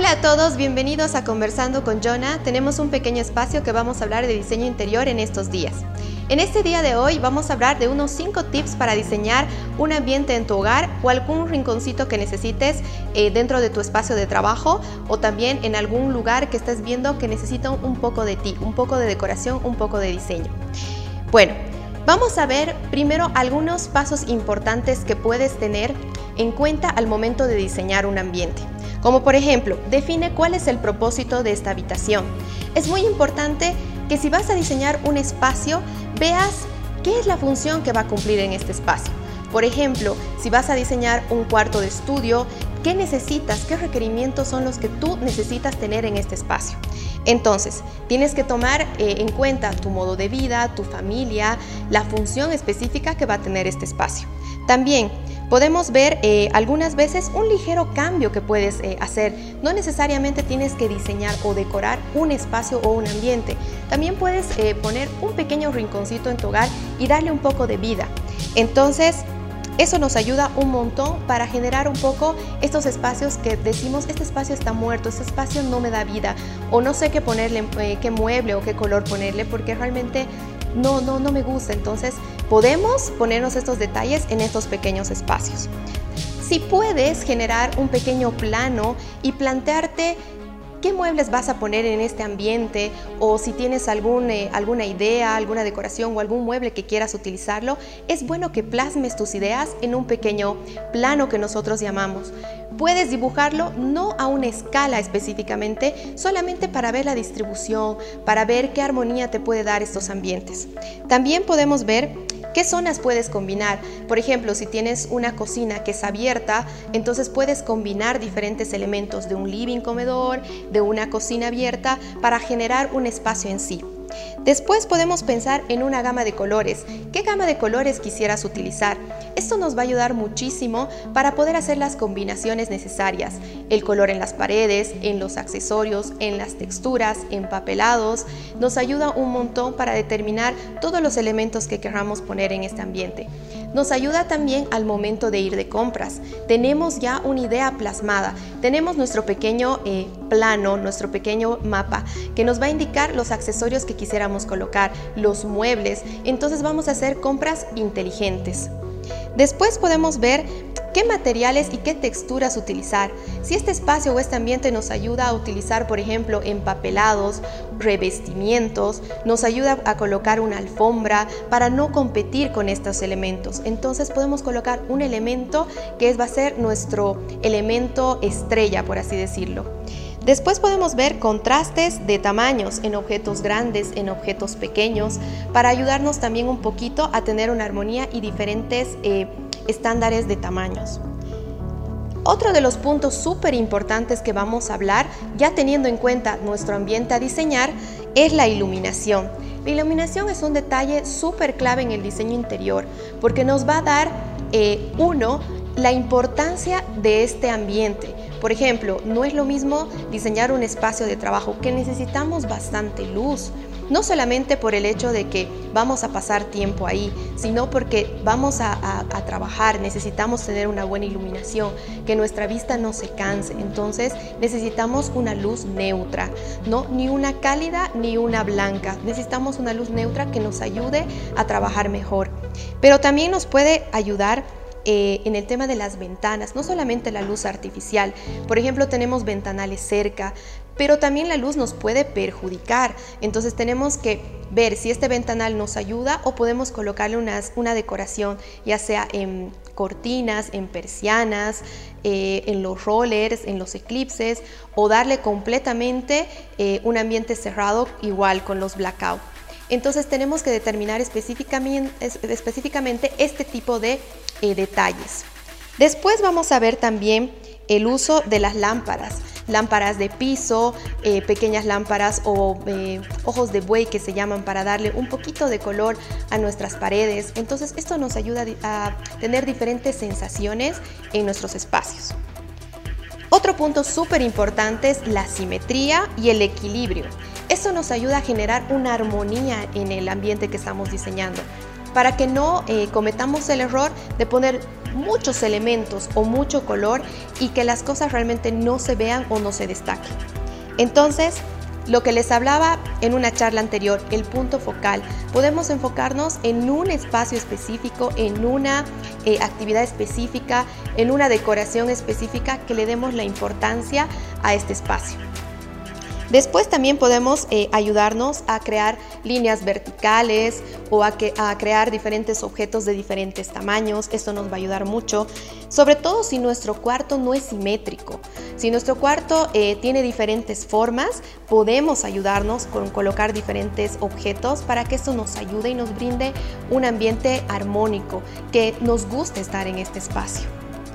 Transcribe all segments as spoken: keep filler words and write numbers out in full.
Hola a todos, bienvenidos a Conversando con Jonah. Tenemos un pequeño espacio que vamos a hablar de diseño interior en estos días. En este día de hoy vamos a hablar de unos cinco tips para diseñar un ambiente en tu hogar o algún rinconcito que necesites eh, dentro de tu espacio de trabajo o también en algún lugar que estés viendo que necesita un poco de ti, un poco de decoración, un poco de diseño. Bueno, vamos a ver primero algunos pasos importantes que puedes tener en cuenta al momento de diseñar un ambiente. Como por ejemplo, define cuál es el propósito de esta habitación. Es muy importante que si vas a diseñar un espacio, veas qué es la función que va a cumplir en este espacio. Por ejemplo, si vas a diseñar un cuarto de estudio, ¿qué necesitas? ¿Qué requerimientos son los que tú necesitas tener en este espacio? Entonces, tienes que tomar eh, en cuenta tu modo de vida, tu familia, la función específica que va a tener este espacio. También podemos ver eh, algunas veces un ligero cambio que puedes eh, hacer. No necesariamente tienes que diseñar o decorar un espacio o un ambiente. También puedes eh, poner un pequeño rinconcito en tu hogar y darle un poco de vida. Entonces, eso nos ayuda un montón para generar un poco estos espacios que decimos, este espacio está muerto, este espacio no me da vida, o no sé qué ponerle, eh, qué mueble o qué color ponerle, porque realmente no, no, no me gusta. Entonces, podemos ponernos estos detalles en estos pequeños espacios. Si puedes generar un pequeño plano y plantearte qué muebles vas a poner en este ambiente, o si tienes algún, eh, alguna idea, alguna decoración o algún mueble que quieras utilizarlo, es bueno que plasmes tus ideas en un pequeño plano que nosotros llamamos. Puedes dibujarlo no a una escala específicamente, solamente para ver la distribución, para ver qué armonía te puede dar estos ambientes. También podemos ver qué zonas puedes combinar. Por ejemplo, si tienes una cocina que es abierta, entonces puedes combinar diferentes elementos de un living comedor, de una cocina abierta, para generar un espacio en sí. Después podemos pensar en una gama de colores. ¿Qué gama de colores quisieras utilizar? Esto nos va a ayudar muchísimo para poder hacer las combinaciones necesarias. El color en las paredes, en los accesorios, en las texturas, empapelados, nos ayuda un montón para determinar todos los elementos que queramos poner en este ambiente. Nos ayuda también al momento de ir de compras. Tenemos ya una idea plasmada, tenemos nuestro pequeño eh, plano, nuestro pequeño mapa que nos va a indicar los accesorios que quisiéramos colocar, los muebles. Entonces vamos a hacer compras inteligentes. Después podemos ver qué materiales y qué texturas utilizar. Si este espacio o este ambiente nos ayuda a utilizar, por ejemplo, empapelados, revestimientos, nos ayuda a colocar una alfombra para no competir con estos elementos. Entonces podemos colocar un elemento que es, va a ser nuestro elemento estrella, por así decirlo. Después podemos ver contrastes de tamaños en objetos grandes, en objetos pequeños, para ayudarnos también un poquito a tener una armonía y diferentes eh, estándares de tamaños. Otro de los puntos súper importantes que vamos a hablar, ya teniendo en cuenta nuestro ambiente a diseñar, es la iluminación. La iluminación es un detalle súper clave en el diseño interior, porque nos va a dar, eh, uno, la importancia de este ambiente. Por ejemplo, no es lo mismo diseñar un espacio de trabajo que necesitamos bastante luz, no solamente por el hecho de que vamos a pasar tiempo ahí, sino porque vamos a, a, a trabajar, necesitamos tener una buena iluminación, que nuestra vista no se canse. Entonces necesitamos una luz neutra, no ni una cálida ni una blanca, necesitamos una luz neutra que nos ayude a trabajar mejor, pero también nos puede ayudar Eh, en el tema de las ventanas, no solamente la luz artificial. Por ejemplo, tenemos ventanales cerca, pero también la luz nos puede perjudicar. Entonces tenemos que ver si este ventanal nos ayuda o podemos colocarle unas, una decoración, ya sea en cortinas, en persianas, eh, en los rollers, en los eclipses, o darle completamente eh, un ambiente cerrado, igual con los blackout. Entonces tenemos que determinar específicamente, específicamente este tipo de eh, detalles. Después vamos a ver también el uso de las lámparas. Lámparas de piso, eh, pequeñas lámparas o eh, ojos de buey que se llaman, para darle un poquito de color a nuestras paredes. Entonces esto nos ayuda a tener diferentes sensaciones en nuestros espacios. Otro punto súper importante es la simetría y el equilibrio. Esto nos ayuda a generar una armonía en el ambiente que estamos diseñando, para que no eh, cometamos el error de poner muchos elementos o mucho color y que las cosas realmente no se vean o no se destaquen. Entonces, lo que les hablaba en una charla anterior, el punto focal, podemos enfocarnos en un espacio específico, en una eh, actividad específica, en una decoración específica que le demos la importancia a este espacio. Después también podemos eh, ayudarnos a crear líneas verticales o a, que, a crear diferentes objetos de diferentes tamaños. Esto nos va a ayudar mucho, sobre todo si nuestro cuarto no es simétrico. Si nuestro cuarto eh, tiene diferentes formas, podemos ayudarnos con colocar diferentes objetos para que esto nos ayude y nos brinde un ambiente armónico, que nos guste estar en este espacio.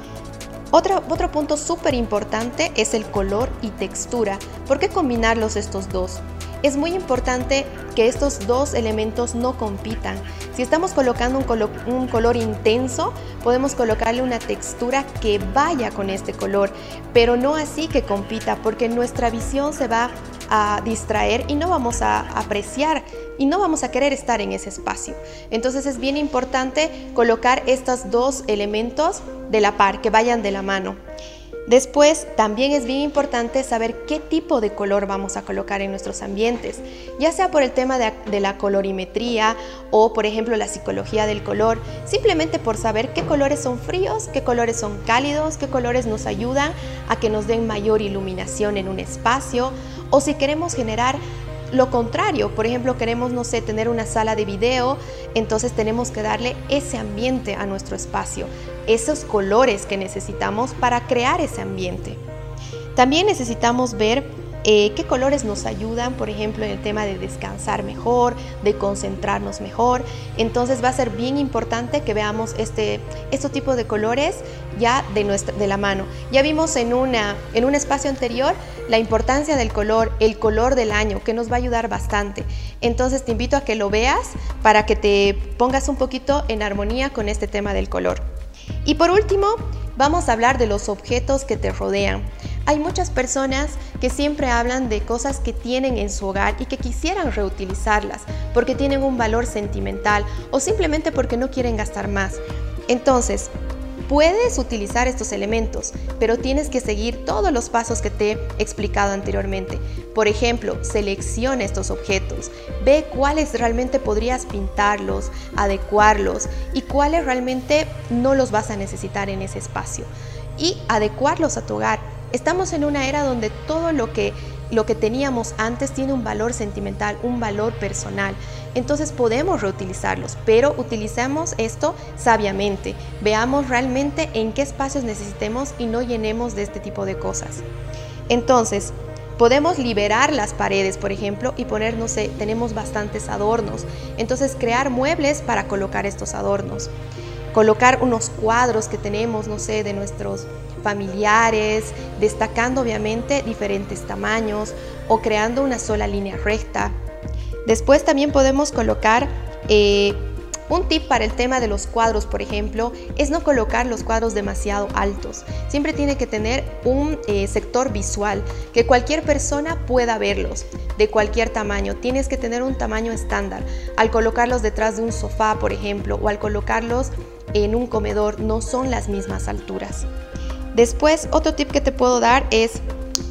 Otro, otro punto súper importante es el color y textura. ¿Por qué combinarlos estos dos? Es muy importante que estos dos elementos no compitan. Si estamos colocando un, colo un color intenso, podemos colocarle una textura que vaya con este color, pero no así que compita, porque nuestra visión se va a distraer y no vamos a apreciar y no vamos a querer estar en ese espacio. Entonces es bien importante colocar estos dos elementos de la par, que vayan de la mano. Después, también es bien importante saber qué tipo de color vamos a colocar en nuestros ambientes, ya sea por el tema de, de la colorimetría o, por ejemplo, la psicología del color, simplemente por saber qué colores son fríos, qué colores son cálidos, qué colores nos ayudan a que nos den mayor iluminación en un espacio, o si queremos generar lo contrario, por ejemplo, queremos, no sé, tener una sala de video, entonces tenemos que darle ese ambiente a nuestro espacio, esos colores que necesitamos para crear ese ambiente. También necesitamos ver eh, qué colores nos ayudan, por ejemplo, en el tema de descansar mejor, de concentrarnos mejor. Entonces va a ser bien importante que veamos este, este tipo de colores ya de, nuestra, de la mano. Ya vimos en, una, en un espacio anterior la importancia del color, el color del año, que nos va a ayudar bastante. Entonces te invito a que lo veas para que te pongas un poquito en armonía con este tema del color. Y por último, vamos a hablar de los objetos que te rodean. Hay muchas personas que siempre hablan de cosas que tienen en su hogar y que quisieran reutilizarlas porque tienen un valor sentimental o simplemente porque no quieren gastar más. Entonces, puedes utilizar estos elementos, pero tienes que seguir todos los pasos que te he explicado anteriormente. Por ejemplo, selecciona estos objetos, ve cuáles realmente podrías pintarlos, adecuarlos y cuáles realmente no los vas a necesitar en ese espacio y adecuarlos a tu hogar. Estamos en una era donde todo lo que, lo que teníamos antes tiene un valor sentimental, un valor personal. Entonces podemos reutilizarlos, pero utilicemos esto sabiamente. Veamos realmente en qué espacios necesitemos y no llenemos de este tipo de cosas. Entonces, podemos liberar las paredes, por ejemplo, y poner, no sé, tenemos bastantes adornos. Entonces, crear muebles para colocar estos adornos. Colocar unos cuadros que tenemos, no sé, de nuestros familiares, destacando obviamente diferentes tamaños o creando una sola línea recta. Después también podemos colocar eh, un tip para el tema de los cuadros, por ejemplo, es no colocar los cuadros demasiado altos. Siempre tiene que tener un eh, sector visual, que cualquier persona pueda verlos, de cualquier tamaño. Tienes que tener un tamaño estándar. Al colocarlos detrás de un sofá, por ejemplo, o al colocarlos en un comedor, no son las mismas alturas. Después, otro tip que te puedo dar es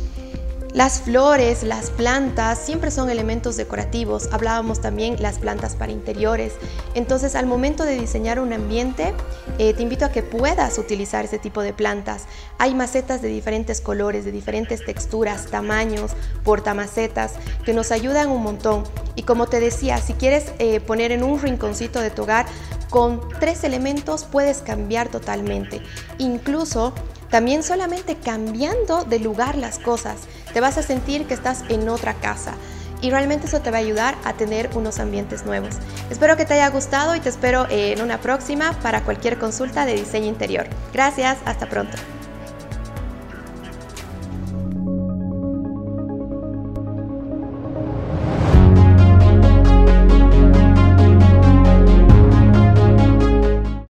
las flores, las plantas, siempre son elementos decorativos. Hablábamos también las plantas para interiores. Entonces, al momento de diseñar un ambiente, eh, te invito a que puedas utilizar ese tipo de plantas. Hay macetas de diferentes colores, de diferentes texturas, tamaños, portamacetas, que nos ayudan un montón. Y como te decía, si quieres eh, poner en un rinconcito de tu hogar, con tres elementos puedes cambiar totalmente. Incluso, también solamente cambiando de lugar las cosas, te vas a sentir que estás en otra casa y realmente eso te va a ayudar a tener unos ambientes nuevos. Espero que te haya gustado y te espero en una próxima para cualquier consulta de diseño interior. Gracias, hasta pronto.